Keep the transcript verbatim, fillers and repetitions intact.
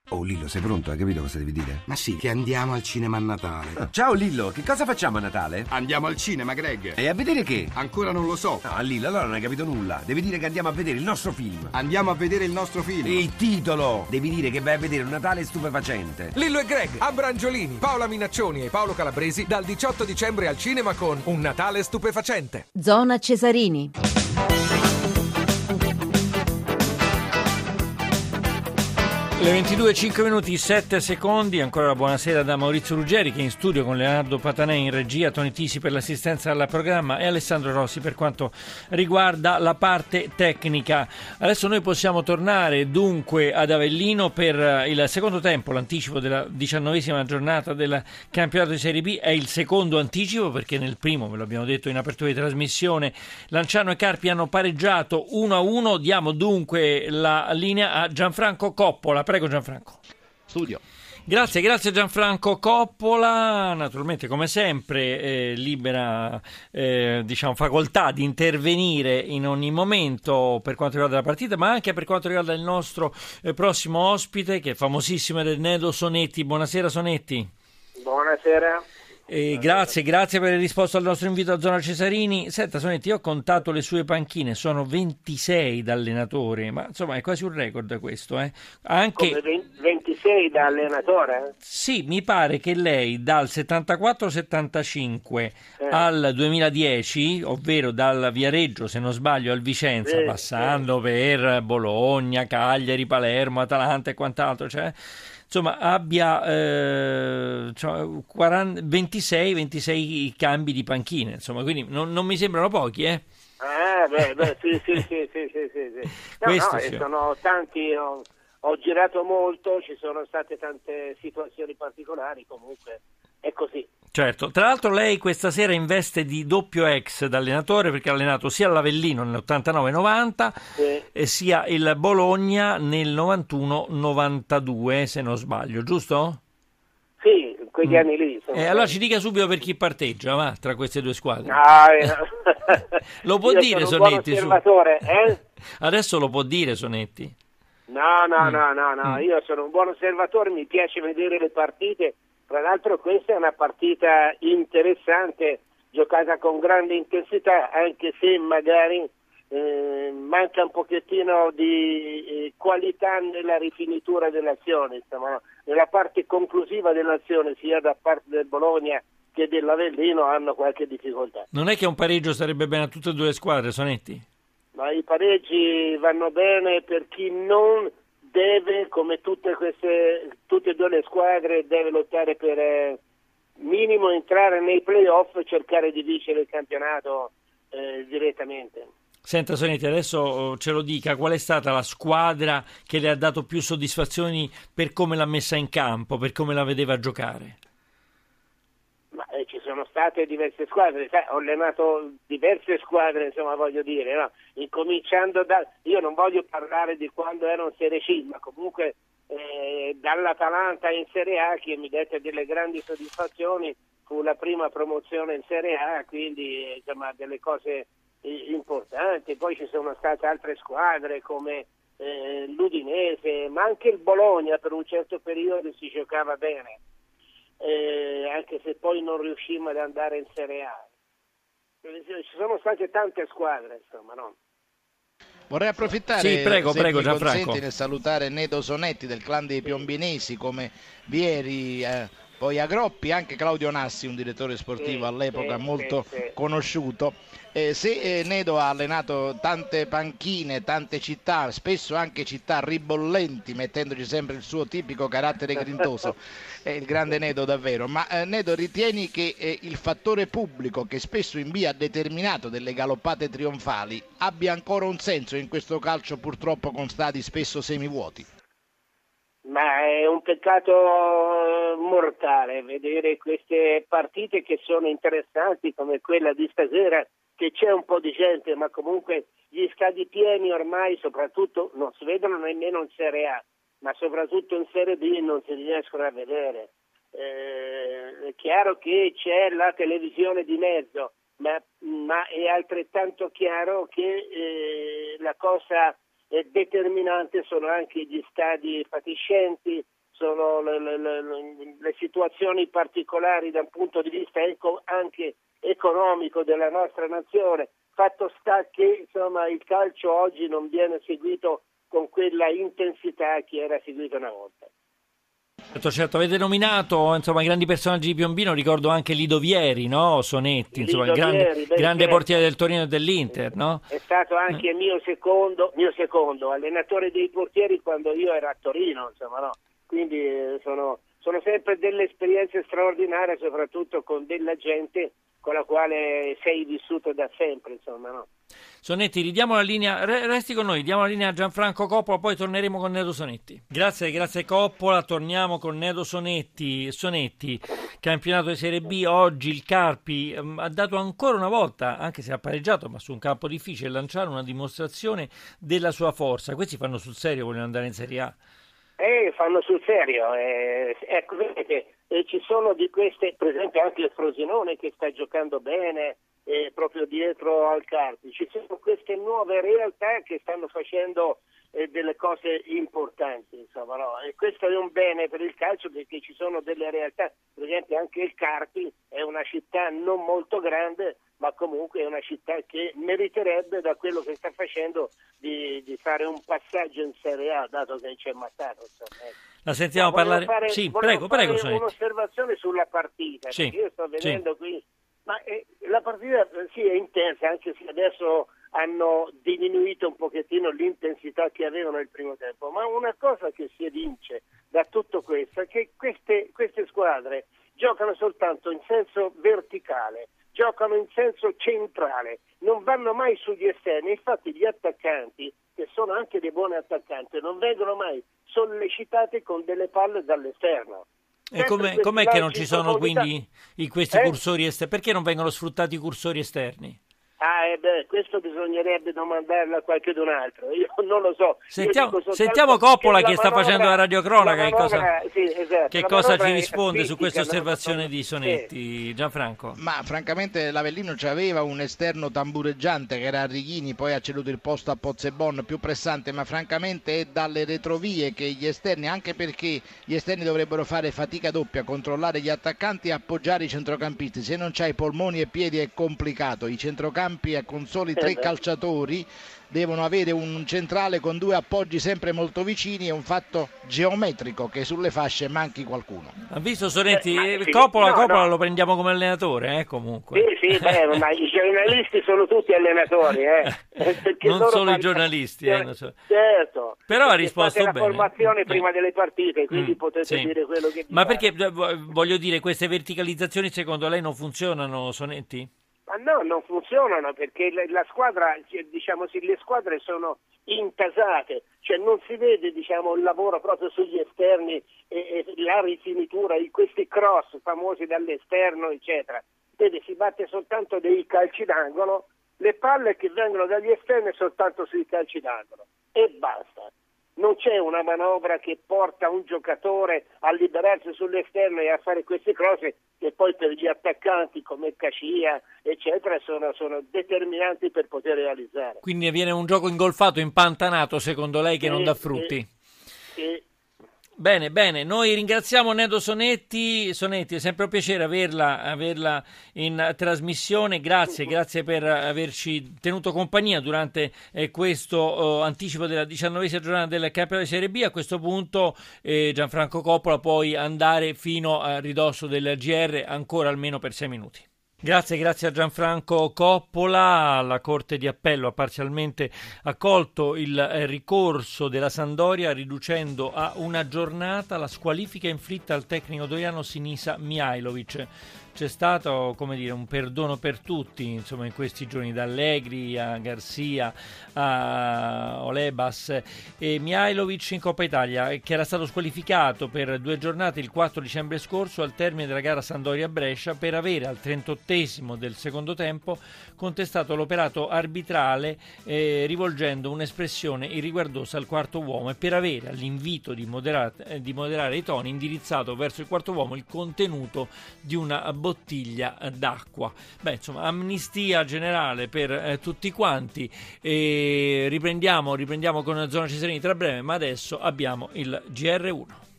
Oh Lillo, sei pronto? Hai capito cosa devi dire? Ma sì, che andiamo al cinema a Natale. Ah, ciao Lillo, che cosa facciamo a Natale? Andiamo al cinema, Greg. E a vedere che? Ancora non lo so. No, Lillo, allora non hai capito nulla. Devi dire che andiamo a vedere il nostro film. Andiamo a vedere il nostro film. Il titolo! Devi dire che vai a vedere un Natale stupefacente. Lillo e Greg, Abrangiolini, Paola Minaccioni e Paolo Calabresi dal diciotto dicembre al cinema con Un Natale stupefacente. Zona Cesarini. Le ventidue e cinque minuti sette secondi, ancora la buonasera da Maurizio Ruggeri che è in studio con Leonardo Patanè in regia, Toni Tisi per l'assistenza al programma e Alessandro Rossi per quanto riguarda la parte tecnica. Adesso noi possiamo tornare dunque ad Avellino per il secondo tempo, l'anticipo della diciannovesima giornata del campionato di Serie B, è il secondo anticipo perché nel primo, ve lo abbiamo detto in apertura di trasmissione, Lanciano e Carpi hanno pareggiato uno a uno, diamo dunque la linea a Gianfranco Coppola. Prego Gianfranco. Studio. Grazie, grazie Gianfranco Coppola, naturalmente come sempre eh, libera eh, diciamo facoltà di intervenire in ogni momento per quanto riguarda la partita, ma anche per quanto riguarda il nostro eh, prossimo ospite che è famosissimo ed è Nedo Sonetti. Buonasera Sonetti. Buonasera. Eh, grazie, grazie per aver risposto al nostro invito a Zona Cesarini. Senta Sonetti, io ho contato le sue panchine, sono ventisei da allenatore, ma insomma è quasi un record questo. Eh. Anche... Come ventisei da allenatore? Sì, mi pare che lei dal settantaquattro settantacinque eh. al duemiladieci, ovvero dal Viareggio, se non sbaglio, al Vicenza, eh, passando eh. per Bologna, Cagliari, Palermo, Atalanta e quant'altro, cioè... Insomma, abbia eh, cioè, quaranta, ventisei, ventisei cambi di panchine, insomma, quindi non, non mi sembrano pochi, eh? Ah, beh, beh, sì, sì, sì, sì, sì, sì, sì. No, Questo no, sì. sono tanti, ho, ho girato molto, ci sono state tante situazioni particolari, comunque è così. Certo, tra l'altro lei questa sera in veste di doppio ex da allenatore perché ha allenato sia l'Avellino nell'ottantanove novanta Sì. e sia il Bologna nel novantuno novantadue, se non sbaglio, giusto? Sì, quegli Mm. anni lì. E eh, allora ci dica subito per chi parteggia, va, tra queste due squadre. No, eh, Lo può io dire sono un buon Sonetti? Su. osservatore, eh? Adesso lo può dire Sonetti. No, no, Mm. no, no, no, Mm. io sono un buon osservatore, mi piace vedere le partite. Tra l'altro questa è una partita interessante, giocata con grande intensità, anche se magari eh, manca un pochettino di eh, qualità nella rifinitura dell'azione, insomma, nella parte conclusiva dell'azione, sia da parte del Bologna che dell'Avellino hanno qualche difficoltà. Non è che un pareggio sarebbe bene a tutte e due le squadre, Sonetti? Ma i pareggi vanno bene per chi non deve, come tutte queste tutte e due le squadre, deve lottare per eh, minimo entrare nei playoff e cercare di vincere il campionato eh, direttamente. Senta Sonetti, adesso ce lo dica, qual è stata la squadra che le ha dato più soddisfazioni per come l'ha messa in campo, per come la vedeva giocare? Ma eh, ci sono state diverse squadre, sai, ho allenato diverse squadre, insomma, voglio dire, no? Incominciando da, io non voglio parlare di quando ero in Serie C, ma comunque eh, dall'Atalanta in Serie A, che mi dette delle grandi soddisfazioni, fu la prima promozione in Serie A, quindi eh, insomma delle cose eh, importanti. Poi ci sono state altre squadre come eh, l'Udinese, ma anche il Bologna per un certo periodo si giocava bene. Eh, anche se poi non riuscimmo ad andare in Serie A. Ci sono state tante squadre, insomma, no? Vorrei approfittare, Sì, prego, se prego, mi Gianfranco. consenti, nel salutare Nedo Sonetti del clan dei Piombinesi, come Vieri, eh, poi Agroppi, anche Claudio Nassi, un direttore sportivo Sì, all'epoca sì, molto sì, sì. conosciuto. Eh, se eh, Nedo ha allenato tante panchine, tante città, spesso anche città ribollenti, mettendoci sempre il suo tipico carattere grintoso, è il grande Nedo davvero, ma eh, Nedo, ritieni che eh, il fattore pubblico, che spesso in via ha determinato delle galoppate trionfali, abbia ancora un senso in questo calcio purtroppo con stadi spesso semivuoti? Ma è un peccato mortale vedere queste partite che sono interessanti come quella di stasera, che c'è un po' di gente, ma comunque gli stadi pieni ormai, soprattutto non si vedono nemmeno in Serie A, ma soprattutto in Serie B non si riescono a vedere. Eh, è chiaro che c'è la televisione di mezzo, ma, ma è altrettanto chiaro che eh, la cosa eh, determinante sono anche gli stadi fatiscenti, sono le, le, le, le situazioni particolari dal punto di vista eco, anche economico della nostra nazione. Fatto sta che insomma il calcio oggi non viene seguito con quella intensità che era seguito una volta. Certo, certo, avete nominato insomma grandi personaggi di Piombino, ricordo anche Lido Vieri, no? Sonetti, insomma, Lido il grande, Vieri, beh, grande certo. portiere del Torino e dell'Inter, no? È stato anche mio secondo, mio secondo allenatore dei portieri quando io ero a Torino, insomma, no? Quindi eh, sono, sono sempre delle esperienze straordinarie, soprattutto con della gente con la quale sei vissuto da sempre, insomma, no? Sonetti, ridiamo la linea, resti con noi, diamo la linea a Gianfranco Coppola, poi torneremo con Nedo Sonetti. Grazie, grazie Coppola, torniamo con Nedo Sonetti. Sonetti, campionato di Serie B, oggi il Carpi um, ha dato ancora una volta, anche se ha pareggiato, ma su un campo difficile, lanciare una dimostrazione della sua forza. Questi fanno sul serio, vogliono andare in Serie A. Eh, fanno sul serio, eh, ecco, vedete, eh, ci sono di queste, per esempio anche il Frosinone che sta giocando bene, eh, proprio dietro al Carpi, ci sono queste nuove realtà che stanno facendo eh, delle cose importanti, insomma, no? E questo è un bene per il calcio perché ci sono delle realtà, per esempio anche il Carpi è una città non molto grande, ma comunque è una città che meriterebbe da quello che sta facendo di, di fare un passaggio in Serie A, dato che c'è Mattano. Insomma. La sentiamo no, parlare? Fare, sì, prego, fare prego. Un'osservazione sulla partita, sì, perché io sto vedendo sì. qui, ma eh, la partita sì è intensa, anche se adesso hanno diminuito un pochettino l'intensità che avevano nel primo tempo, ma una cosa che si evince da tutto questo è che queste, queste squadre giocano soltanto in senso verticale, giocano in senso centrale, non vanno mai sugli esterni, infatti gli attaccanti, che sono anche dei buoni attaccanti, non vengono mai sollecitati con delle palle dall'esterno. E com'è, com'è che non ci sono quindi i, questi eh? cursori esterni? Perché non vengono sfruttati i cursori esterni? Ah, eh beh, questo bisognerebbe domandarlo a qualcun altro, io non lo so. Sentiamo, sentiamo Coppola che, che sta manovra, facendo la radiocronaca, la manovra, che cosa, sì, esatto, che cosa ci risponde su questa osservazione di Sonetti, sì. Gianfranco? Ma francamente l'Avellino c'aveva un esterno tambureggiante che era Arrighini, poi ha ceduto il posto a Pozzebon, più pressante, ma francamente è dalle retrovie che gli esterni, anche perché gli esterni dovrebbero fare fatica doppia, controllare gli attaccanti e appoggiare i centrocampisti, se non c'hai polmoni e piedi è complicato, i centrocampi con soli tre calciatori devono avere un centrale con due appoggi sempre molto vicini, è un fatto geometrico che sulle fasce manchi qualcuno. Ha visto Sonetti? Eh, sì, Coppola, no, Coppola no. Lo prendiamo come allenatore, eh, comunque. Sì, sì, beh, ma i giornalisti sono tutti allenatori, eh. Non solo i giornalisti, eh, non so. Certo. Però ha risposto bene. La formazione eh. prima delle partite, quindi mm, potete sì. dire quello che vi Ma pare. perché, voglio dire, queste verticalizzazioni secondo lei non funzionano, Sonetti? Ma no, non funzionano perché la squadra, diciamo sì, le squadre sono intasate, cioè non si vede diciamo il lavoro proprio sugli esterni e, e la rifinitura di questi cross famosi dall'esterno eccetera. Vede, si batte soltanto dei calci d'angolo, le palle che vengono dagli esterni soltanto sui calci d'angolo e basta. Non c'è una manovra che porta un giocatore a liberarsi sull'esterno e a fare queste cose che poi per gli attaccanti come Cacia eccetera sono, sono determinanti per poter realizzare. Quindi viene un gioco ingolfato, impantanato secondo lei che sì, non dà frutti? Sì, sì. Bene, bene, noi ringraziamo Nedo Sonetti. Sonetti, è sempre un piacere averla, averla in trasmissione, grazie, uh-huh. grazie per averci tenuto compagnia durante eh, questo eh, anticipo della diciannovesima giornata del campionato di Serie B. A questo punto eh, Gianfranco Coppola puoi andare fino a ridosso del G R ancora almeno per sei minuti. Grazie, grazie a Gianfranco Coppola. La Corte di Appello ha parzialmente accolto il ricorso della Sampdoria riducendo a una giornata la squalifica inflitta al tecnico doriano Sinisa Mihajlović. C'è stato, come dire, un perdono per tutti, insomma, in questi giorni, da Allegri a Garcia a Olebas e Mihajlović in Coppa Italia, che era stato squalificato per due giornate il quattro dicembre scorso al termine della gara Sampdoria-Brescia per avere al trentottesimo del secondo tempo contestato l'operato arbitrale eh, rivolgendo un'espressione irriguardosa al quarto uomo e per avere all'invito di moderare, di moderare i toni indirizzato verso il quarto uomo il contenuto di una bottiglia d'acqua. Beh, insomma, amnistia generale per eh, tutti quanti. E riprendiamo, riprendiamo con Zona Cesarini tra breve, ma adesso abbiamo il G R uno.